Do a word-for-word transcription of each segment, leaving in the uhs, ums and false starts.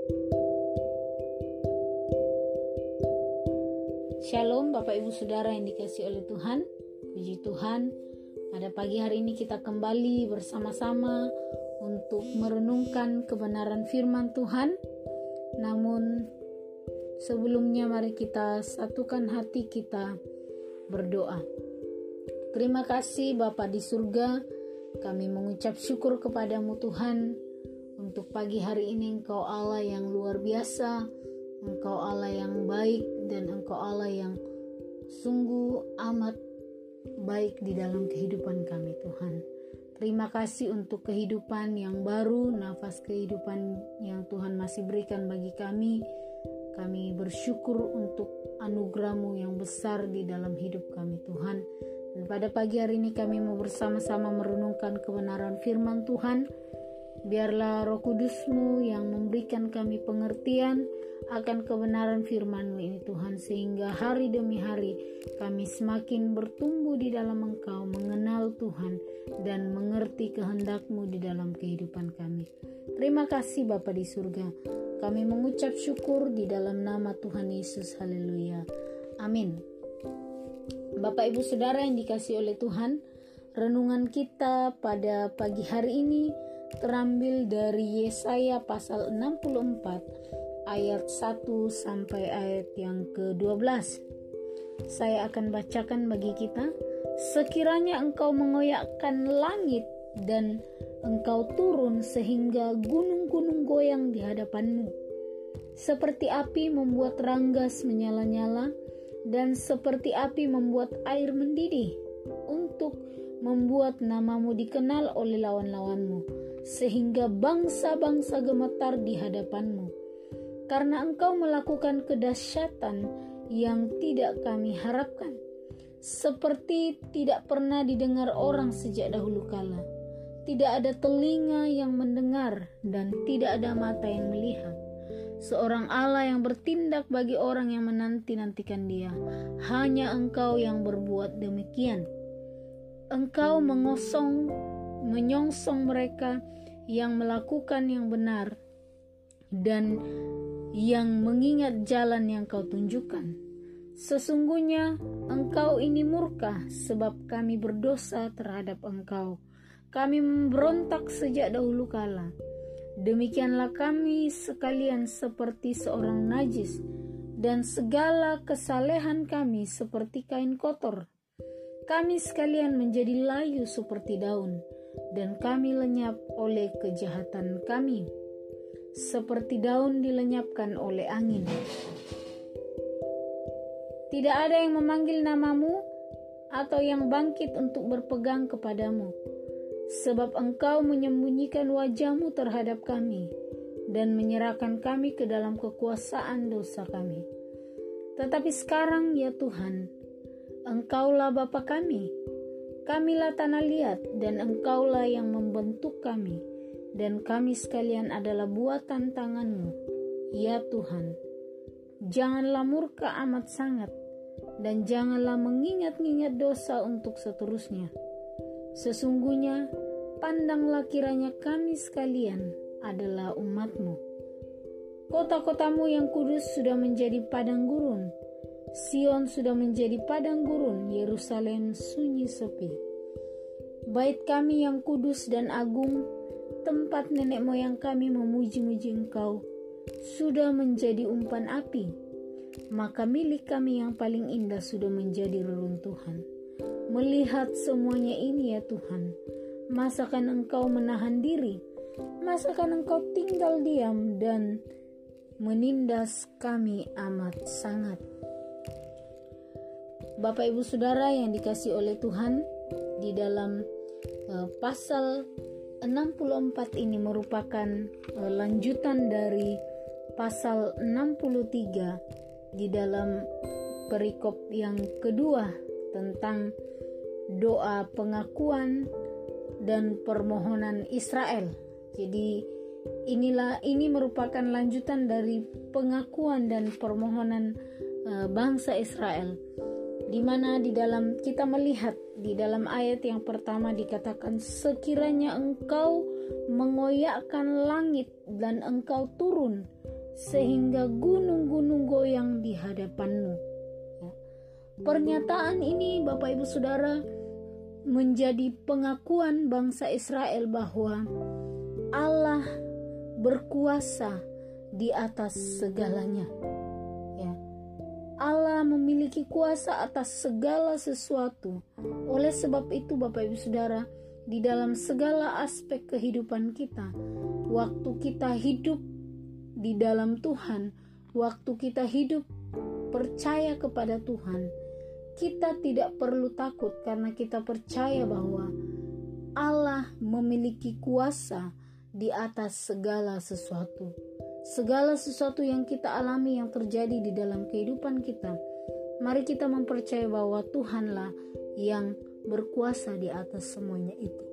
Shalom Bapak Ibu Saudara yang dikasihi oleh Tuhan. Puji Tuhan, pada pagi hari ini kita kembali bersama-sama untuk merenungkan kebenaran firman Tuhan. Namun sebelumnya mari kita satukan hati kita berdoa. Terima kasih Bapa di surga, kami mengucap syukur kepadamu Tuhan untuk pagi hari ini. Engkau Allah yang luar biasa, Engkau Allah yang baik, dan Engkau Allah yang sungguh amat baik di dalam kehidupan kami Tuhan. Terima kasih untuk kehidupan yang baru, nafas kehidupan yang Tuhan masih berikan bagi kami. Kami bersyukur untuk anugerah-Mu yang besar di dalam hidup kami Tuhan. Dan pada pagi hari ini kami mau bersama-sama merenungkan kebenaran firman Tuhan. Biarlah Roh Kudus-Mu yang memberikan kami pengertian akan kebenaran firman-Mu ini Tuhan, sehingga hari demi hari kami semakin bertumbuh di dalam Engkau, mengenal Tuhan dan mengerti kehendak-Mu di dalam kehidupan kami. Terima kasih Bapa di surga, kami mengucap syukur di dalam nama Tuhan Yesus. Haleluya, amin. Bapak Ibu Saudara yang dikasihi oleh Tuhan, renungan kita pada pagi hari ini terambil dari Yesaya pasal enam puluh empat ayat satu sampai ayat yang ke dua belas. Saya akan bacakan bagi kita. Sekiranya engkau mengoyakkan langit dan engkau turun sehingga gunung-gunung goyang di hadapanmu, seperti api membuat ranggas menyala-nyala dan seperti api membuat air mendidih, untuk membuat namamu dikenal oleh lawan-lawanmu, sehingga bangsa-bangsa gemetar di hadapanmu, karena engkau melakukan kedahsyatan yang tidak kami harapkan, seperti tidak pernah didengar orang sejak dahulu kala. Tidak ada telinga yang mendengar dan tidak ada mata yang melihat. Seorang Allah yang bertindak bagi orang yang menanti-nantikan Dia. Hanya Engkau yang berbuat demikian. Engkau mengosong, menyongsong mereka yang melakukan yang benar dan yang mengingat jalan yang Kau tunjukkan. Sesungguhnya Engkau ini murka sebab kami berdosa terhadap Engkau. Kami memberontak sejak dahulu kala. Demikianlah kami sekalian seperti seorang najis, dan segala kesalehan kami seperti kain kotor. Kami sekalian menjadi layu seperti daun, dan kami lenyap oleh kejahatan kami, seperti daun dilenyapkan oleh angin. Tidak ada yang memanggil namamu atau yang bangkit untuk berpegang kepadamu, sebab engkau menyembunyikan wajahmu terhadap kami dan menyerahkan kami ke dalam kekuasaan dosa kami. Tetapi sekarang ya Tuhan, Engkaulah Bapa kami, kamilah tanah liat, dan Engkaulah yang membentuk kami, dan kami sekalian adalah buatan tangan-Mu. Ya Tuhan, janganlah murka amat sangat, dan janganlah mengingat-ingat dosa untuk seterusnya. Sesungguhnya pandanglah kiranya kami sekalian adalah umat-Mu. Kota-kotamu yang kudus sudah menjadi padang gurun, Sion sudah menjadi padang gurun, Yerusalem sunyi sepi. Bait kami yang kudus dan agung, tempat nenek moyang kami memuji-muji Engkau, sudah menjadi umpan api. Maka milik kami yang paling indah sudah menjadi reruntuhan. Melihat semuanya ini ya Tuhan, masakan Engkau menahan diri? Masakan Engkau tinggal diam dan menindas kami amat sangat? Bapak Ibu Saudara yang dikasihi oleh Tuhan, di dalam uh, pasal enam puluh empat ini merupakan uh, lanjutan dari pasal enam puluh tiga di dalam perikop yang kedua tentang doa pengakuan dan permohonan Israel. Jadi inilah ini merupakan lanjutan dari pengakuan dan permohonan uh, bangsa Israel, di mana di dalam kita melihat di dalam ayat yang pertama dikatakan, sekiranya engkau mengoyakkan langit dan engkau turun sehingga gunung-gunung goyang di hadapanmu. Ya. Pernyataan ini Bapak Ibu Saudara menjadi pengakuan bangsa Israel bahwa Allah berkuasa di atas segalanya. Ya. Allah memiliki kuasa atas segala sesuatu. Oleh sebab itu Bapak Ibu Saudara, di dalam segala aspek kehidupan kita, waktu kita hidup di dalam Tuhan, waktu kita hidup percaya kepada Tuhan, kita tidak perlu takut karena kita percaya bahwa Allah memiliki kuasa di atas segala sesuatu. Segala sesuatu yang kita alami, yang terjadi di dalam kehidupan kita, mari kita mempercayai bahwa Tuhanlah yang berkuasa di atas semuanya itu.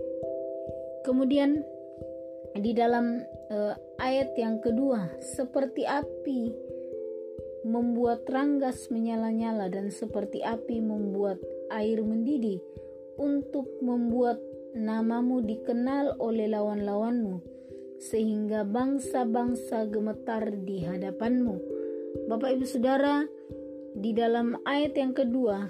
Kemudian di dalam uh, ayat yang kedua, seperti api membuat ranggas menyala-nyala dan seperti api membuat air mendidih, untuk membuat namamu dikenal oleh lawan-lawanmu, sehingga bangsa-bangsa gemetar di hadapanmu. Bapak Ibu Saudara, di dalam ayat yang kedua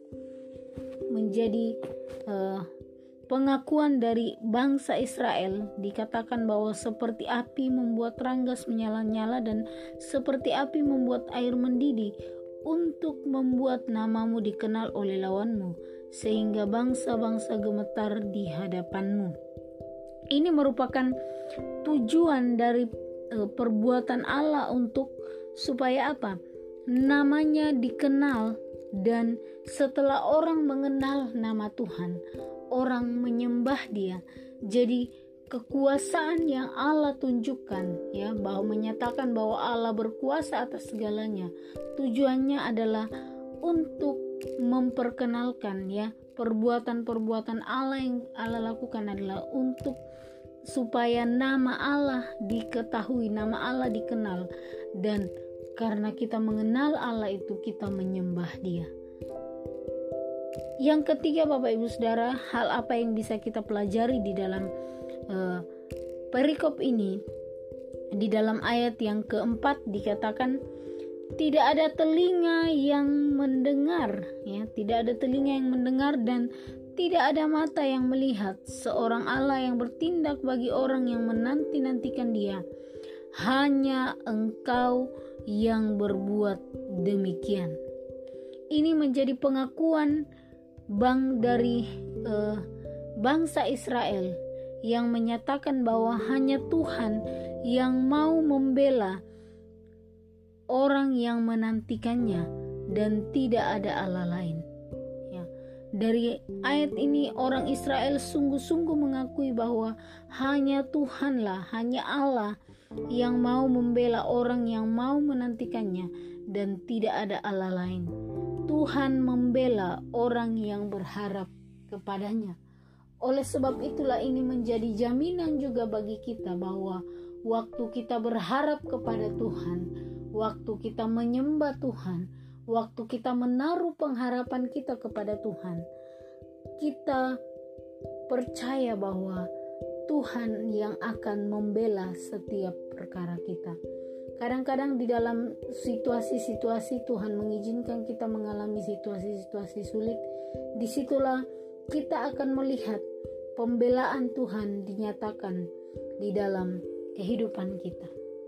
menjadi uh, pengakuan dari bangsa Israel, dikatakan bahwa seperti api membuat ranggas menyala-nyala dan seperti api membuat air mendidih, untuk membuat namamu dikenal oleh lawanmu, sehingga bangsa-bangsa gemetar di hadapanmu. Ini merupakan tujuan dari e, perbuatan Allah untuk supaya apa? Namanya dikenal, dan setelah orang mengenal nama Tuhan, orang menyembah Dia. Jadi kekuasaan yang Allah tunjukkan, ya, bahwa menyatakan bahwa Allah berkuasa atas segalanya, tujuannya adalah untuk memperkenalkan, ya, perbuatan-perbuatan Allah yang Allah lakukan adalah untuk supaya nama Allah diketahui, nama Allah dikenal, dan karena kita mengenal Allah itu, kita menyembah Dia. Yang ketiga Bapak Ibu Saudara, hal apa yang bisa kita pelajari di dalam uh, perikop ini? Di dalam ayat yang keempat dikatakan, tidak ada telinga yang mendengar, ya, tidak ada telinga yang mendengar dan tidak ada mata yang melihat seorang Allah yang bertindak bagi orang yang menanti-nantikan Dia. Hanya Engkau yang berbuat demikian. Ini menjadi pengakuan bang dari uh, bangsa Israel yang menyatakan bahwa hanya Tuhan yang mau membela orang yang menantikannya dan tidak ada Allah lain. Ya. Dari ayat ini orang Israel sungguh-sungguh mengakui bahwa hanya Tuhanlah, hanya Allah yang mau membela orang yang mau menantikannya dan tidak ada Allah lain. Tuhan membela orang yang berharap kepadanya. Oleh sebab itulah ini menjadi jaminan juga bagi kita bahwa waktu kita berharap kepada Tuhan, waktu kita menyembah Tuhan, waktu kita menaruh pengharapan kita kepada Tuhan, kita percaya bahwa Tuhan yang akan membela setiap perkara kita. Kadang-kadang di dalam situasi-situasi Tuhan mengizinkan kita mengalami situasi-situasi sulit. Disitulah kita akan melihat pembelaan Tuhan dinyatakan di dalam kehidupan kita.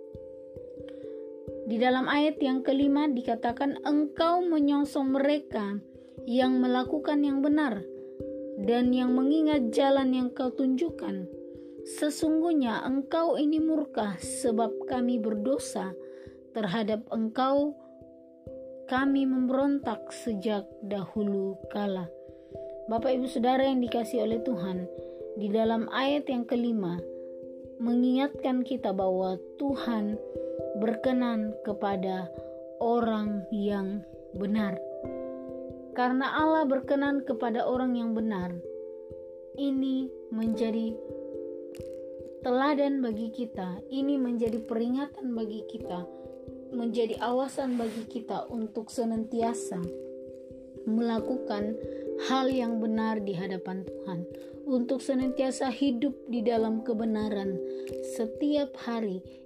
Di dalam ayat yang kelima dikatakan, Engkau menyongsong mereka yang melakukan yang benar dan yang mengingat jalan yang Kau tunjukkan. Sesungguhnya Engkau ini murka sebab kami berdosa terhadap Engkau, kami memberontak sejak dahulu kala. Bapak Ibu Saudara yang dikasihi oleh Tuhan, di dalam ayat yang kelima mengingatkan kita bahwa Tuhan berkenan kepada orang yang benar. Karena Allah berkenan kepada orang yang benar, ini menjadi teladan bagi kita, ini menjadi peringatan bagi kita, menjadi awasan bagi kita untuk senantiasa melakukan hal yang benar di hadapan Tuhan, untuk senantiasa hidup di dalam kebenaran setiap hari,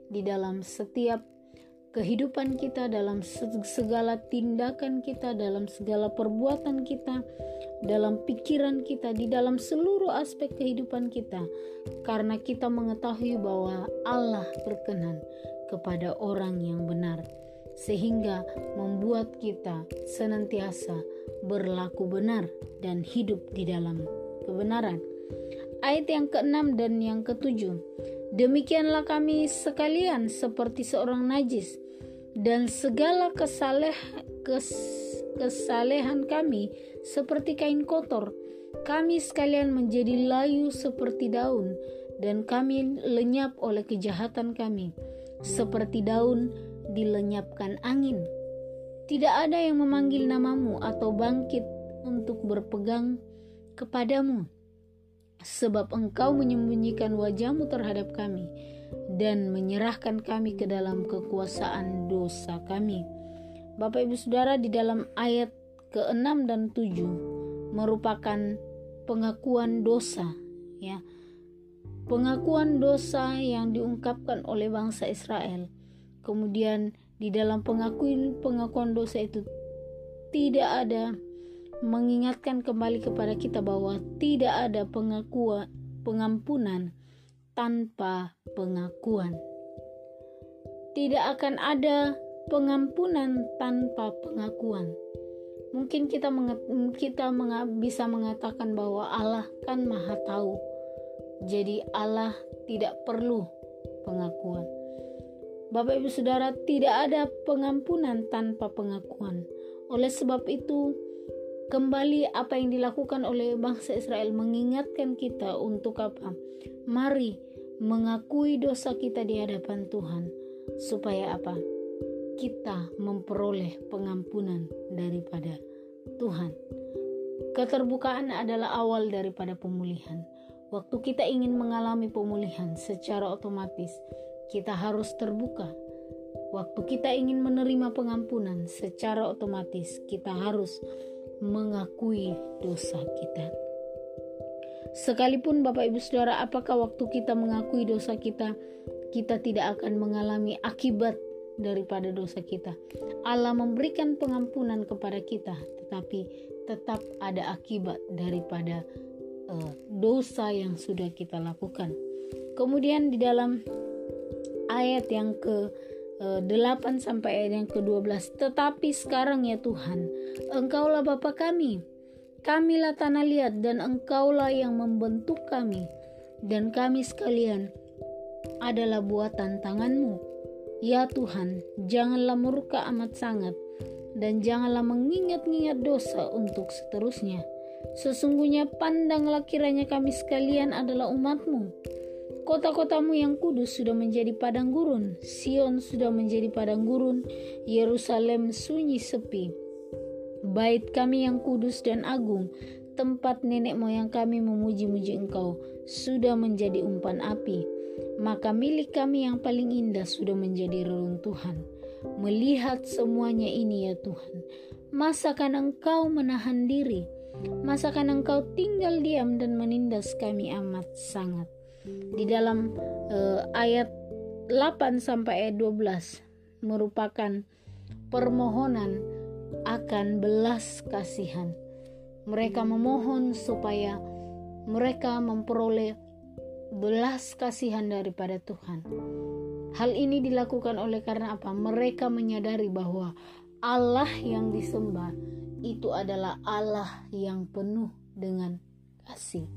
di dalam setiap kehidupan kita, dalam segala tindakan kita, dalam segala perbuatan kita, dalam pikiran kita, di dalam seluruh aspek kehidupan kita, karena kita mengetahui bahwa Allah berkenan kepada orang yang benar, sehingga membuat kita senantiasa berlaku benar dan hidup di dalam kebenaran. Ayat yang keenam dan yang ketujuh. Demikianlah kami sekalian seperti seorang najis, dan segala kesaleh, kes, kesalehan kami seperti kain kotor. Kami sekalian menjadi layu seperti daun, dan kami lenyap oleh kejahatan kami, seperti daun dilenyapkan angin. Tidak ada yang memanggil namamu atau bangkit untuk berpegang kepadamu, sebab engkau menyembunyikan wajahmu terhadap kami dan menyerahkan kami ke dalam kekuasaan dosa kami. Bapak Ibu Saudara, di dalam ayat keenam dan tujuh merupakan pengakuan dosa, ya. Pengakuan dosa yang diungkapkan oleh bangsa Israel. Kemudian di dalam pengakuan pengakuan dosa itu tidak ada mengingatkan kembali kepada kita bahwa tidak ada pengakuan pengampunan tanpa pengakuan. Tidak akan ada pengampunan tanpa pengakuan. Mungkin kita mengat, kita menga, bisa mengatakan bahwa Allah kan Maha Tahu. Jadi Allah tidak perlu pengakuan. Bapak Ibu Saudara, tidak ada pengampunan tanpa pengakuan. Oleh sebab itu, kembali apa yang dilakukan oleh bangsa Israel mengingatkan kita untuk apa? Mari mengakui dosa kita di hadapan Tuhan, supaya apa? Kita memperoleh pengampunan daripada Tuhan. Keterbukaan adalah awal daripada pemulihan. Waktu kita ingin mengalami pemulihan, secara otomatis kita harus terbuka. Waktu kita ingin menerima pengampunan, secara otomatis kita harus mengakui dosa kita. Sekalipun Bapak Ibu Saudara, apakah waktu kita mengakui dosa kita, kita tidak akan mengalami akibat daripada dosa kita. Allah memberikan pengampunan kepada kita, tetapi tetap ada akibat daripada uh, dosa yang sudah kita lakukan. Kemudian di dalam ayat yang ke delapan sampai ayat yang kedua belas, tetapi sekarang ya Tuhan, Engkaulah Bapa kami, kamilah tanah liat, dan Engkaulah yang membentuk kami, dan kami sekalian adalah buatan tangan-Mu. Ya Tuhan, janganlah murka amat sangat, dan janganlah mengingat-ingat dosa untuk seterusnya. Sesungguhnya pandanglah kiranya kami sekalian adalah umat-Mu. Kota-kotamu yang kudus sudah menjadi padang gurun, Sion sudah menjadi padang gurun, Yerusalem sunyi sepi. Bait kami yang kudus dan agung, tempat nenek moyang kami memuji-muji Engkau, sudah menjadi umpan api. Maka milik kami yang paling indah sudah menjadi reruntuhan. Melihat semuanya ini ya Tuhan, masakan Engkau menahan diri? Masakan Engkau tinggal diam dan menindas kami amat sangat? Di dalam uh, ayat delapan sampai ayat dua belas merupakan permohonan akan belas kasihan. Mereka memohon supaya mereka memperoleh belas kasihan daripada Tuhan. Hal ini dilakukan oleh karena apa? Mereka menyadari bahwa Allah yang disembah itu adalah Allah yang penuh dengan kasih.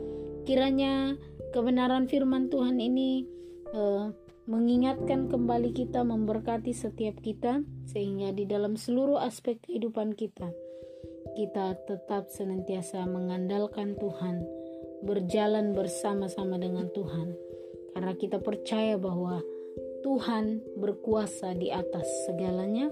Kiranya kebenaran firman Tuhan ini uh, mengingatkan kembali kita, memberkati setiap kita, sehingga di dalam seluruh aspek kehidupan kita, kita tetap senantiasa mengandalkan Tuhan, berjalan bersama-sama dengan Tuhan, karena kita percaya bahwa Tuhan berkuasa di atas segalanya.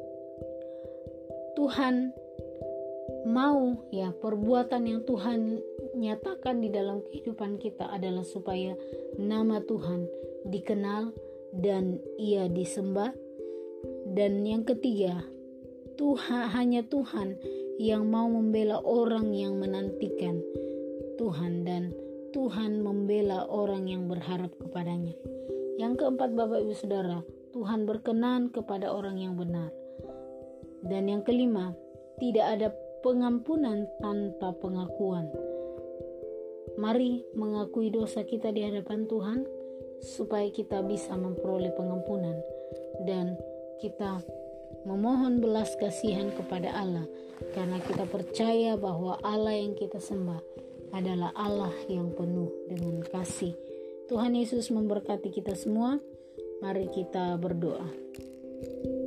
Tuhan mau ya perbuatan yang Tuhan nyatakan di dalam kehidupan kita adalah supaya nama Tuhan dikenal dan ia disembah. Dan yang ketiga, Tuhan, hanya Tuhan yang mau membela orang yang menantikan Tuhan, dan Tuhan membela orang yang berharap kepadanya. Yang keempat, Bapak Ibu Saudara, Tuhan berkenan kepada orang yang benar. Dan yang kelima, tidak ada pengampunan tanpa pengakuan. Mari mengakui dosa kita di hadapan Tuhan supaya kita bisa memperoleh pengampunan dan kita memohon belas kasihan kepada Allah, karena kita percaya bahwa Allah yang kita sembah adalah Allah yang penuh dengan kasih. Tuhan Yesus memberkati kita semua. Mari kita berdoa.